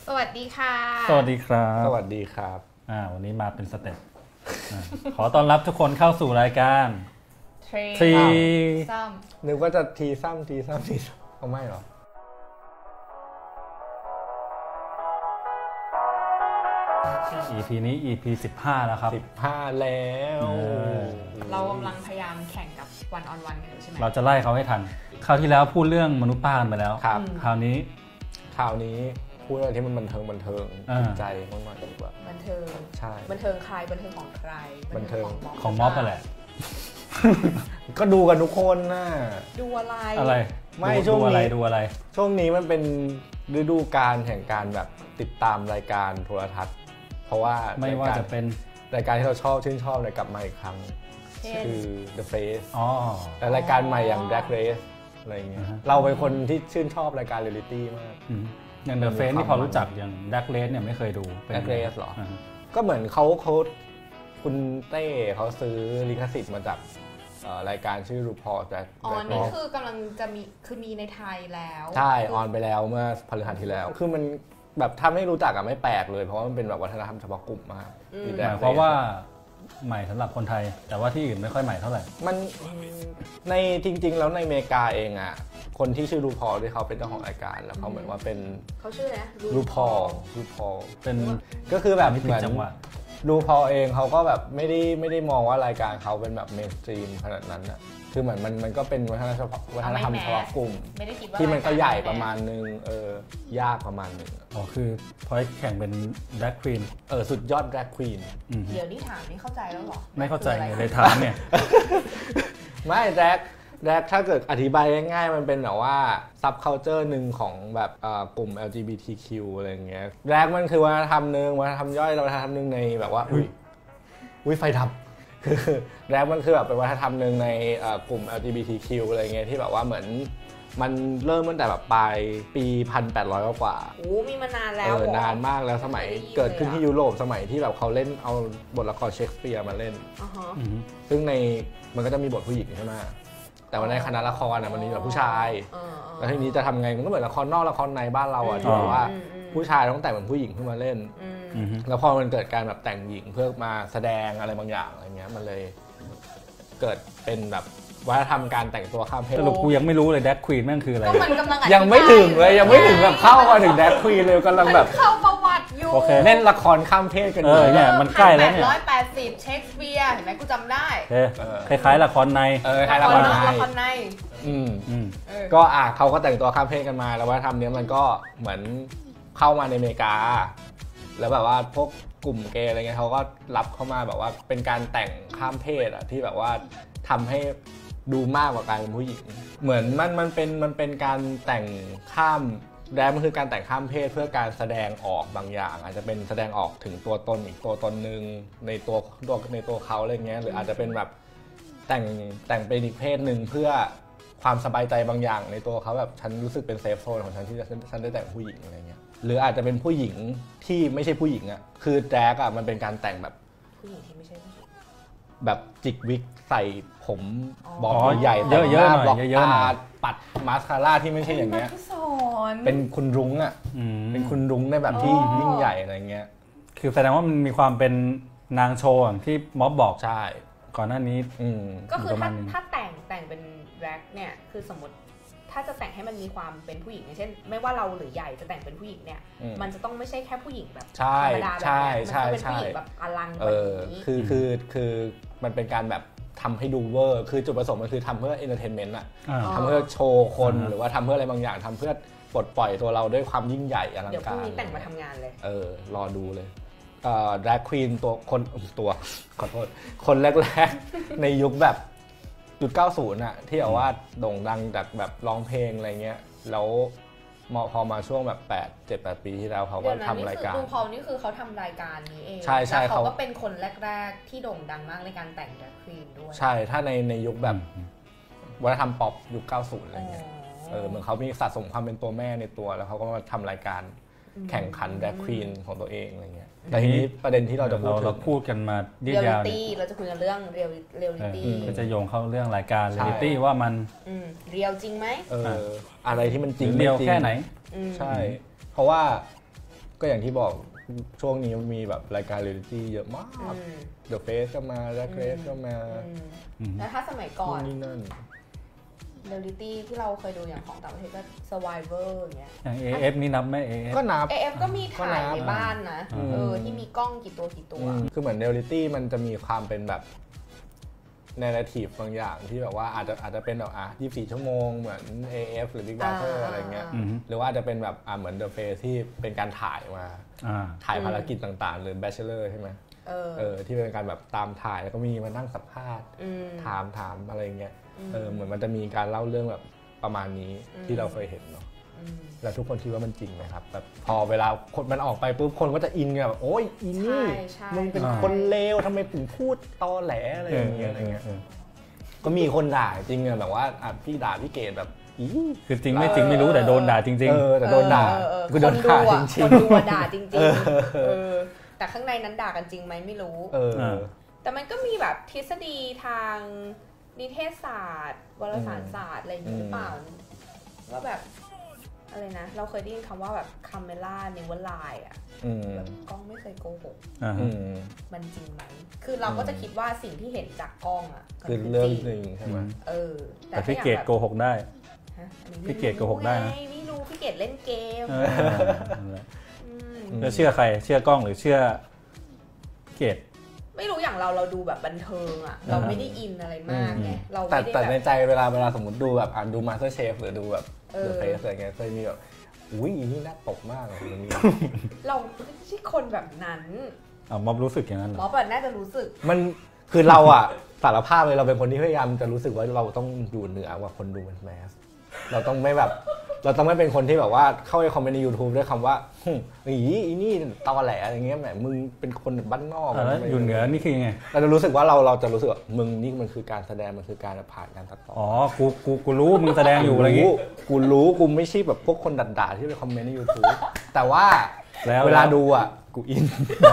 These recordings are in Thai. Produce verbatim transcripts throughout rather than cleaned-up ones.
สวัสดีค่ะสวัสดีครับสวัสดีครับอ่าวันนี้มาเป็นสเต็ปขอต้อนรับทุกคนเข้าสู่รายการทีซ้ำนึกว่าจะทีซ้ำทีซ้ำทีซ้ำเอาไม่หรออี พี นี้ อี พี สิบห้าแล้วครับสิบห้าแล้วเรากำลังพยายามแข่งกับวันออนวันกันอยู่ใช่ไหมเราจะไล่เขาให้ทันคราวที่แล้วพูดเรื่องมนุษย์ป้ากันไปแล้วครับคราวนี้คราวนี้พูดอะไรที่มันบันเทิงบันเทิงใจมากๆดีกว่าบันเทิงใช่บันเทิงใครบันเทิงของใครบันเทิงของม็อบไปแหละก็ดูกันทุกคนน่ะดูอะไรอะไรไม่ช่วงนี้ดูอะไรช่วงนี้มันเป็นฤดูกาลแห่งการแบบติดตามรายการโทรทัศน์เพราะว่าไม่ว่าจะเป็นรายการที่เราชอบชื่นชอบเลยกลับมาอีกครั้งคือ The Face อ๋อและรายการใหม่อย่าง Drag Race อะไรเงี้ยเราเป็นคนที่ชื่นชอบรายการเรียลลิตี้มากอย่าง The Face ที่พอรู้จักอย่าง Drag Race เนี่ยไม่เคยดู Drag Race หรอก็เหมือนเขาเขาคุณเต้เขาซื้อลิขสิทธิ์มาจากรายการชื่อ RuPaul Drag Race อ๋อนี่คือกำลังจะมีคือมีในไทยแล้วใช่ออนไปแล้วเมื่อพฤหัสที่แล้วคือมันแบบทำให้รู้จักอะไม่แปลกเลยเพราะว่ามันเป็นแบบวัฒนธรรมเฉพาะกลุ่มมากหมายความว่าใหม่สำหรับคนไทยแต่ว่าที่อื่นไม่ค่อยใหม่เท่าไหร่มันในจริงๆแล้วในอเมริกาเองอะคนที่ชื่อรูพอลที่เขาเป็นเจ้าของรายการแล้วเขาเหมือนว่าเป็นเขาชื่อนะรูพอลรูพอลเป็นก็คือแบบเหมือนรูพอลเองเขาก็แบบไม่ได้ไม่ได้มองว่ารายการเขาเป็นแบบเมนสตรีมขนาดนั้นอะคือเหมือนมันมันก็เป็นวัฒนธรรมวัฒนธรรมเฉพาะกลุ่มที่มันก็ใหญ่ประมาณนึงเออยากประมาณนึงอ๋อคือพอแข่งเป็น Drag Queen เออสุดยอด Drag Queen เดี๋ยวนี้ถามนี่เข้าใจแล้วหรอไม่เข้าใจเลยถามเนี่ยไม่ Drag Drag ถ้าเกิดอธิบายง่ายๆมันเป็นแบบว่า ซับคัลเจอร์ นึงของแบบกลุ่ม แอล จี บี ที คิว อะไรอย่างเงี้ย Drag มันคือวัฒนธรรมนึงวัฒนธรรมย่อยวัฒนธรรมนึงในแบบว่าอุ้ยอุ้ยไฟดับคือแรปมันคือแบบเป็นวัฒนธรรมหนึ่งในกลุ่ม แอล จี บี ที คิว อะไรเงี้ยที่แบบว่าเหมือนมันเริ่มตั้งแต่แบบปลายปี หนึ่งพันแปดร้อย กว่าโอ้มีมานานแล้วเออนานมากแล้วสมัยเกิดขึ้นที่ยุโรปสมัยที่แบบเขาเล่นเอาบทละครเชคสเปียร์มาเล่นซึ่งในมันก็จะมีบทผู้หญิงใช่ไหมแต่ว่าในคณะละครอ่ะมันมีแบบผู้ชายแล้วทีนี้จะทำไงมันก็เหมือนละครนอกละครในบ้านเราอ่ะที่แบบว่าผู้ชายต้องแต่งเป็นผู้หญิงขึ้นมาเล่นแล้วพอมันเกิดการแบบแต่งหญิงเพื่อมาแสดงอะไรบางอย่างอะไรเงี้ยมันเลยเกิดเป็นแบบวัฒนธรรมการแต่งตัวข้ามเพศสรุปกูยังไม่รู้เลย Drag Queen แม่งคืออะไรยังไม่ถึงเลยยังไม่ถึงแบบเข้ามาถึง Drag Queen เลยกำลังแบบเข้าประวัติอยู่เล่นละครข้ามเพศกันอยู่เนี่ยมันใกล้แล้วเนี่ยแปดร้อยแปดสิบเชคสเปียร์เห็นไหมกูจำได้คล้ายๆละครในเออคล้ายละครในละครในอืมก็อ่ะเขาก็แต่งตัวข้ามเพศกันมาแล้ววัฒนธรรมนี้มันก็เหมือนเข้ามาในอเมริกาแล้วแบบว่าพวกกลุ่มเกย์อะไรเงี้ยเขาก็รับเข้ามาแบบว่าเป็นการแต่งข้ามเพศอะที่แบบว่าทำให้ดูมากกว่าการเป็นผู้หญิงเหมือนมันมันเป็นมันเป็นการแต่งข้ามแดนมันคือการแต่งข้ามเพศเพื่อการแสดงออกบางอย่างอาจจะเป็นแสดงออกถึงตัวตนอีกตัวตนนึงในตัวตัวในตัวเขาอะไรเงี้ยหรืออาจจะเป็นแบบแต่งแต่งเป็นอีกเพศนึงเพื่อความสบายใจบางอย่างในตัวเขาแบบฉันรู้สึกเป็นเซฟโซนของฉันที่ฉันได้แต่งผู้หญิงอะไรเงี้ยหรืออาจจะเป็นผู้หญิงที่ไม่ใช่ผู้หญิงอ่ะคือแดรกอ่ะมันเป็นการแต่งแบบผู้หญิงที่ไม่ใช่ผู้หญิงแบบจิกวิกใส่ผมบอกใหญ่เยอะๆหน่อยบอกเยอะๆหน่อยปัดมาสคาร่าที่ไม่ใช่อย่างเงี้ยเป็นคุณรุ้งอ่ะเป็นคุณรุ้งในแบบที่ยิ่งใหญ่อะไรเงี้ยคือแสดงว่ามันมีความเป็นนางโชว์ที่ม็อบบอกใช่ก่อนหน้านี้ก็คือถ้าถ้าแต่งแต่งเป็นแร็กเนี่ยคือสมมติถ้าจะแต่งให้มันมีความเป็นผู้หญิงอย่างเช่นไม่ว่าเราหรือใหญ่จะแต่งเป็นผู้หญิงเนี่ยมันจะต้องไม่ใช่แค่ผู้หญิงแบบธรรมดาแบบนี้มันต้องเป็นผู้หญิงแบบอลังกว่านี้คือคือคือมันเป็นการแบบทำให้ดูเวอร์คือจุดประสงค์มันคือทำเพื่อเอนเตอร์เทนเมนต์อะทำเพื่อโชว์คนหรือว่าทำเพื่ออะไรบางอย่างทำเพื่อปลดปล่อยตัวเราด้วยความยิ่งใหญ่อลังการเดี๋ยวพรุ่งนี้แต่งมาทำงานเลยเออรอดูเลยเอ่อ Drag Queen ตัวคนตัวขอโทษคนแรกๆในยุคแบบจุดเก้าสิบอ่ะที่แบบว่าโด่งดังจากแบบร้องเพลงอะไรเงี้ยแล้วพอมาช่วงแบบแปด เจ็ด แปดปีที่แล้วเขาก็ทำรายการดูพอนี่คือเขาทำรายการนี้เองใช่ใช่เขาก็เป็นคนแรกๆที่โด่งดังมากในการแต่ง Drag Queen ด้วยใช่ถ้าในในยุคแบบวัฒนธรรมป๊อปยุคเก้าสิบอะไรเงี้ยเออเหมือนเขามีสะสมความเป็นตัวแม่ในตัวแล้วเขาก็มาทำรายการแข่งขัน Drag Queen ของตัวเองอะไรเงี้ยแต่ทีนี้ประเด็นที่เราจะพูดเราพูดกันมายืดยาวเราจะคุยกันเรื่องเรียลเรียลลิตี้ก็จะโยงเข้าเรื่องรายการเรียลลิตี้ว่ามันเรียลจริงไหมเอออะไรที่มันจริงเรียลแค่ไหนใช่เพราะว่าก็อย่างที่บอกช่วงนี้มีแบบรายการเรียลลิตี้เยอะมาก The Face ก็มา Drag Race ก็มาแล้วถ้าสมัยก่อนนี่นั่นเรียลลิตี้ที่เราเคยดูอย่างของต่างประเทศก็ Survivor อย่างเงี้ยอย่าง เอ เอฟ นี่นับไหม เอ เอฟก็นับเอ เอฟ ก็มีถ่ายในบ้านนะเออที่มีกล้องกี่ตัวกี่ตัวคือเหมือนเรียลลิตี้มันจะมีความเป็นแบบnarrative บางอย่างที่แบบว่าอาจจะอาจจะเป็นแบบอ่ะยี่สิบสี่ชั่วโมงเหมือน เอ เอฟ หรือ Big Brother อะไรเงี้ยหรือว่าอาจจะเป็นแบบอ่ะเหมือน The Face ที่เป็นการถ่ายมาถ่ายภารกิจต่างๆหรือ Bachelor ใช่ไหมเออที่เป็นการแบบตามถ่ายแล้วก็มีมานั่งสัมภาษณ์ถามถามอะไรเงี้ยเออเหมือนมันจะมีการเล่าเรื่องแบบประมาณนี้ที่เราเคยเห็นเนาะแล้วทุกคนคิดว่ามันจริงไหมครับแบบพอเวลาคนมันออกไปปุ๊บคนก็จะอินไงแบบโอ๊ยอินนี่มึงเป็นคนเลวทำไมถึงพูดตอแหลอะไรอย่างเงี้ยอะไรเงี้ยก็มีคนด่าจริงอะแบบว่าพี่ด่าพี่เกดแบบอีคือจริงไม่จริงไม่รู้แต่โดนด่าจริงๆเออแต่โดนด่าคือโดนด่าจริงๆคนดูด่าจริงๆเออแต่ข้างในนั้นด่ากันจริงไหมไม่รู้เออแต่มันก็มีแบบทฤษฎีทางนิเทศศาสตร์วารสารศาสตร์อะไรอย่างนี้หรือเปล่าว่าแบบอะไรนะเราเคยได้ยินคำว่าแบบคาเมล่าเนเวอร์ไลน์อ่ะแบบกล้องไม่เคยโกหกมันจริงไหมคือเราก็จะคิดว่าสิ่งที่เห็นจากกล้องอ่ะคือเรื่องจริงใช่ไหมเออแต่พี่เกดโกหกได้พี่เกดโกหกได้นะไม่รู้พี่เกดเล่นเกมแล้วเชื่อใครเชื่อกล้องหรือเชื่อพี่เกดไม่รู้อย่างเราเราดูแบบบันเทิงอ่ะเราไม่ได้อินอะไรมากไงเราไม่ได้แต่ในใจเวลาเวลาสมมติดูแบบอ่านดู Master Chef หรือดูแบบ The Face อะไรเงี้ยเคยมีแบบอุ้ยนี่น่าตกมากเลยเราไม่ใช่คนแบบนั้นอ๋อม็อบรู้สึกอย่างนั้นเหรอม็อบแบบน่าจะรู้สึกมันคือเราอ่ะสารภาพเลยเราเป็นคนที่พยายามจะรู้สึกว่าเราต้องอยู่เหนือกว่าคนดูมันแมสเราต้องไม่แบบเราต้องไม่เป็นคนที่แบบว่าเข้าไปคอมเมนต์ใน YouTube ด้วยคำว่าอีอีนี่ตอแหลอะไรเงี้ยแหมมึงเป็นคนบ้านนอกแล้วอยู่เหนือนี่คือไงเราจะรู้สึกว่าเราเราจะรู้สึกว่ามึงนี่มันคือการแสดงมันคือการผ่านการตัดต่ออ๋อกูกูกูรู้มึงแสดงอยู่อะไรงี้กูรู้กูไม่ใช่แบบพวกคนด่าๆที่ไปคอมเมนต์ใน YouTube แต่ว่าเวลาดูอ่ะกูอินอ๋อ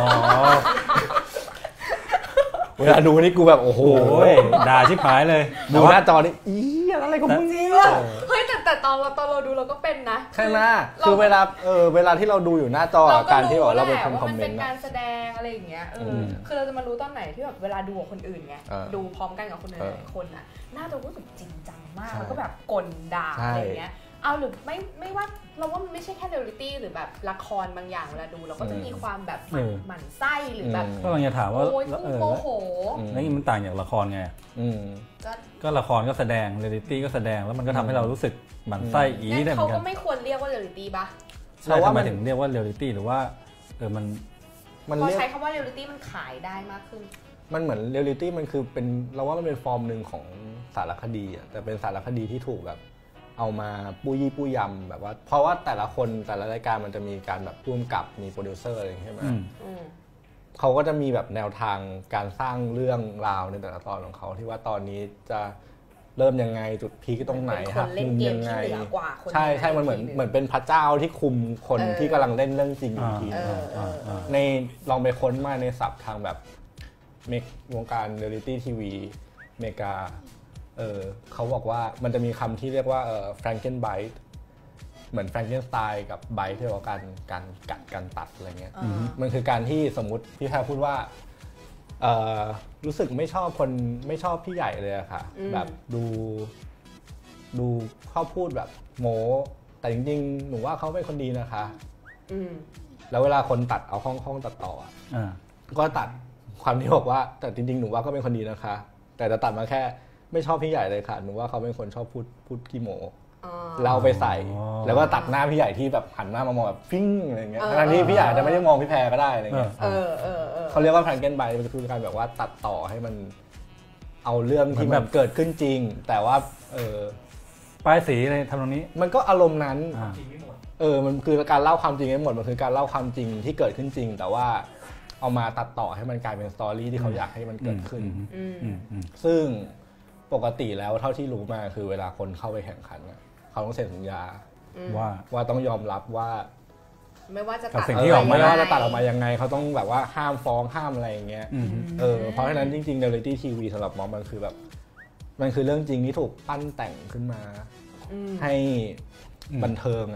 เวลาดูนี่กูแบบโอ้โหด่าชิบหายเลยดูหน้าจอนี่อีอะไรของมึงเนี่ยเฮ้ยแต่แต่ตอนเราตอนเราดูเราก็เป็นนะใช่ไหมคือเวลาเออเวลาที่เราดูอยู่หน้าจอการที่บอกเราเป็นคนคอมเมนต์มันเป็นการแสดงอะไรอย่างเงี้ยเออคือเราจะมารู้ตอนไหนที่แบบเวลาดูกับคนอื่นไงดูพร้อมกันกับคนหลายคนอ่ะน่าจะรู้สึกจริงจังมากแล้วก็แบบกลด่าอะไรเงี้ยเอาหรือไม่ไม่ว่าเราว่ามันไม่ใช่แค่เรียลลิตี้หรือแบบละครบางอย่างเวลาดูเราก็จะมีความแบบหมั่นไส้หรือแบบก็กำลังจะถามว่าโอ้ยโมโหแล้วมันต่างจากละครไงก็ละครก็แสดงเรียลลิตี้ก็แสดงแล้วมันก็ทำให้เรารู้สึกหมั่นไส้อีได้เหมือนกันเขาก็ไม่ควรเรียกว่าเรียลลิตี้ป่ะเราว่าทำไมถึงเรียกว่าเรียลลิตี้หรือว่าเออมันพอใช้คำว่าเรียลลิตี้มันขายได้มากขึ้นมันเหมือนเรียลลิตี้มันคือเป็นเราว่ามันเป็นฟอร์มหนึ่งของสารคดีอ่ะแต่เป็นสารคดีที่ถูกแบบเอามาปุ้ยปุ้ยยำแบบว่าเพราะว่าแต่ละคนแต่ละรายการมันจะมีการแบบร่วมกับมีโปรดิวเซอร์อะไรอย่างเงี้ยใช่ไหมเขาก็จะมีแบบแนวทางการสร้างเรื่องราวในแต่ละตอนของเขาที่ว่าตอนนี้จะเริ่มยังไงจุดพีคตรงไหนครับมุมยังไงใช่ใช่มันเหมือนเหมือนเป็นพระเจ้าที่คุมคนที่กำลังเล่นเรื่องจริงอีกทีในลองไปค้นมาในศัพท์ทางแบบวงการเรียลลิตี้ทีวีอเมริกาเออเขาบอกว่ามันจะมีคำที่เรียกว่าเออ Frankenbite เหมือน Frankenstein กับ bite ที่ว่าการการกัดการตัดอะไรเงี้ยมันคือการที่สมมติพี่แพรพูดว่าเออรู้สึกไม่ชอบคนไม่ชอบพี่ใหญ่เลยอะค่ะแบบดูดูเขาพูดแบบโมแต่จริงๆหนูว่าเขาเป็นคนดีนะคะแล้วเวลาคนตัดเอาห้องห้องตัดต่ออ่ะก็ตัดความที่บอกว่าแต่จริงๆหนูว่าก็เป็นคนดีนะคะแต่จะตัดมาแค่ไม่ชอบพี่ใหญ่เลยค่ะหนูว่าเขาเป็นคนชอบพูดพูดขี้โมเราไปใส่แล้วก็ตัดหน้าพี่ใหญ่ที่แบบหันหน้ามามองแบบฟิ้งอะไรเงี้ยทั้งที่พี่ใหญ่จะไม่ได้มองพี่แพรก็ได้อะไรเงี้ยเขาเรียกว่าแพลงเกนไบมันคือการแบบว่าตัดต่อให้มันเอาเรื่องที่มันเกิดขึ้นจริงแต่ว่าเออป้ายสีในทำตรงนี้มันก็อารมณ์นั้นเออมันคือการเล่าความจริงให้หมดมันคือการเล่าความจริงที่เกิดขึ้นจริงแต่ว่าเอามาตัดต่อให้มันกลายเป็นสตอรี่ที่เขาอยากให้มันเกิดขึ้นซึ่งปกติแล้วเท่าที่รู้มาคือเวลาคนเข้าไปแข่งขันเขาต้องเซ็นสัญญาว่าว่าต้องยอมรับว่าไม่ว่าจะตัดสิ่งที่ออกมาไม่ว่าจะตัดออกมายังไงเขาต้องแบบว่าห้ามฟ้องห้ามอะไรอย่างเงี้ยเออเพราะฉะนั้นจริงๆเรียลลิตี้ทีวีสำหรับมอมมันคือแบบมันคือเรื่องจริงที่ถูกปั้นแต่งขึ้นมาให้บันเทิงอ่ะ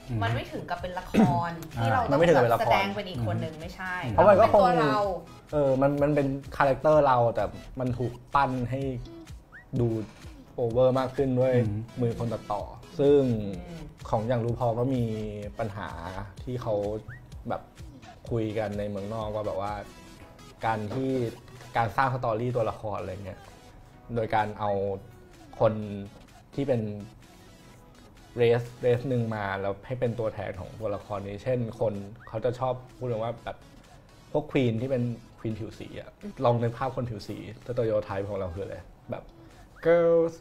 มันไม่ถึงกับเป็นละครที่เราต้องแบบแสดงเป็นอีกคนหนึ่งไม่ใช่เพราะมันก็คงตัวเราเออมันมันเป็นคาแรคเตอร์เราแต่มันถูกปั้นให้ดูโอเวอร์มากขึ้นด้วยมือคนตัดต่อซึ่งของอย่างรูพอก็มีปัญหาที่เขาแบบคุยกันในเมืองนอกว่าแบบว่าการที่การสร้างสตอรี่ตัวละครอะไรเงี้ยโดยการเอาคนที่เป็นเรสเรสหนึ่งมาแล้วให้เป็นตัวแทนของตัวละครนี้เช่นคนเขาจะชอบพูดเลยว่าแบบพวกควีนที่เป็นควีนผิวสีอะลองนึกภาพคนผิวสีสเตอริโอไทป์ของเราคืออะไรแบบ girls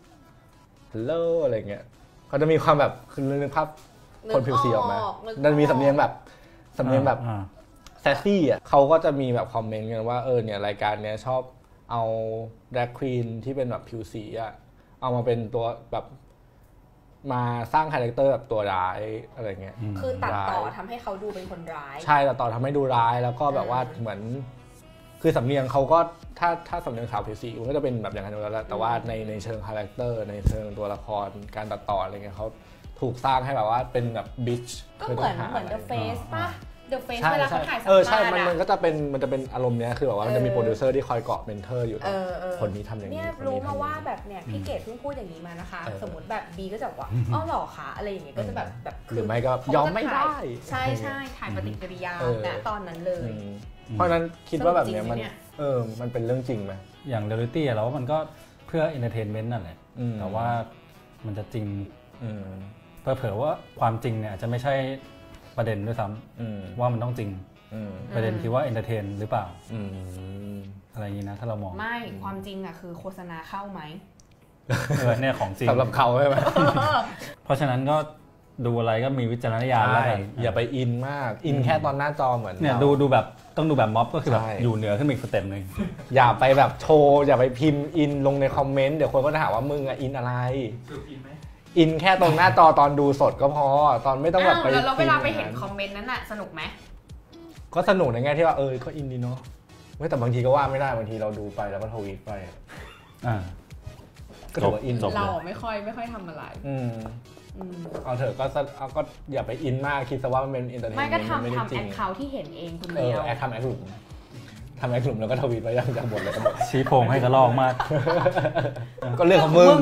hello อะไรเงี้ยเขาจะมีความแบบคือนึกภาพคนผิวสีออกมามันมีสำเนียงแบบสำเนียงแบบแซสซี่อ่ะเขาก็จะมีแบบคอมเมนต์กันว่าเออเนี่ยรายการเนี้ยชอบเอาแดร็กควีนที่เป็นแบบผิวสีอ่ะเอามาเป็นตัวแบบมาสร้างคาแรคเตอร์แบบตัวร้ายอะไรเงี้ยคือตัดต่อทำให้เขาดูเป็นคนร้ายใช่ตัดต่อทำให้ดูร้ายแล้วก็แบบว่าเหมือนคือสำเนียงเขาก็ถ้าถ้าสำเนียงขาวผิวสีมันก็จะเป็นแบบอย่างนั้นอยู่แล้วแต่ว่าในในเชิงคาแรคเตอร์ในเชิงตัวละครการตัดต่ออะไรเงี้ยเขาถูกสร้างให้แบบว่าเป็นแบบบิชก็เหมือนเหมือน The Face ป่ะ The Face เวลาเขาถ่ายสัมภาษณ์เออใช่มันมันก็จะเป็นมันจะเป็นอารมณ์เนี้ยคือแบบว่ามันจะมีโปรดิวเซอร์ที่คอยเกาะเมนเทอร์อยู่คนนี้ทำอย่างนี้เนี่ยรู้มาว่าแบบเนี่ยพี่เกดเพิ่งพูดอย่างนี้มานะคะสมมติแบบบีก็จะบอกว่าอ๋อหรอคะอะไรอย่างเงี้ยก็จะแบบแบบหรือไม่ก็ยอมไม่ได้ใช่ใช่ถ่ายปฏิกิริยาณตอนนั้นเลยเพราะฉะนั้นคิดว่าแบบเนี้ยมันเออมันเป็นเรื่องจริงไหมอย่างเรียลลิตี้เราว่ามันก็เพื่อเอนเตอร์เทนเมนต์นั่นแหละแต่ว่ามันจะจริงเผลอๆว่าความจริงเนี่ยจะไม่ใช่ประเด็นด้วยซ้ำว่ามันต้องจริงประเด็นคือว่าเอนเตอร์เทนหรือเปล่าอะไรอย่างนี้นะถ้าเรามองไม่ความจริงอ่ะคือโฆษณาเข้าไหมเออเนี่ยของจริงสำหรับเขาใช่ไหมเพราะฉะนั้นก็ดูอะไรก็มีวิจารณญาณแล้วกันอย่าไปอินมากอินแค่ตอนหน้าจอเหมือนเนี่ยดูดูแบบต้องดูแบบม็อบก็คือแบบอยู่เหนือขึ้นอีกสเต็ปนึงอย่าไปแบบโชว์อย่าไปพิมพ์อินลงในคอมเมนต์เดี๋ยวคนก็จะถามว่ามึงอะอินอะไรอินแค่ตรงหน้าจอตอนดูสดก็พอตอนไม่ต้องแบบไปแล้วเวลาไปเห็นคอมเมนต์นั้นอะสนุกไหมก็สนุกในแง่ที่ว่าเออก็อินดีเนาะแต่บางทีก็ว่าไม่ได้บางทีเราดูไปแล้วก็ทวีตไปอ่าก็ถือว่าอินเราไม่ค่อยไม่ค่อยทำอะไรเอาเถอะก็เอาก็อย่าไปอินมากคิดซะว่ามันเป็นอินเตอร์เทนเมนต์ไม่ก็ทำทำแอคเคาท์ที่เห็นเองคนเดียวเออแอคทำแอคกลุ่มทำแอคกลุ่มแล้วก็ทวีตไปยังจะหมดเลยก็หมดชี้โพงให้กระลอกมากก็เรื่องของมึง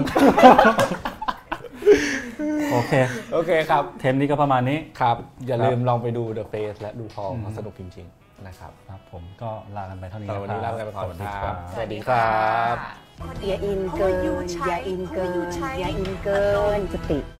โอเคโอเคครับเทมนี้ก็ประมาณนี้ครับอย่าลืมลองไปดู The Face และดูทองเขาสนุกจริงๆนะครับครับผมก็ลากันไปเท่านี้นะครับวันนี้ลากันไปก่อนครับสวัสดีครับอย่าอินเกินอย่าอินเกินอย่าอินเกินสติ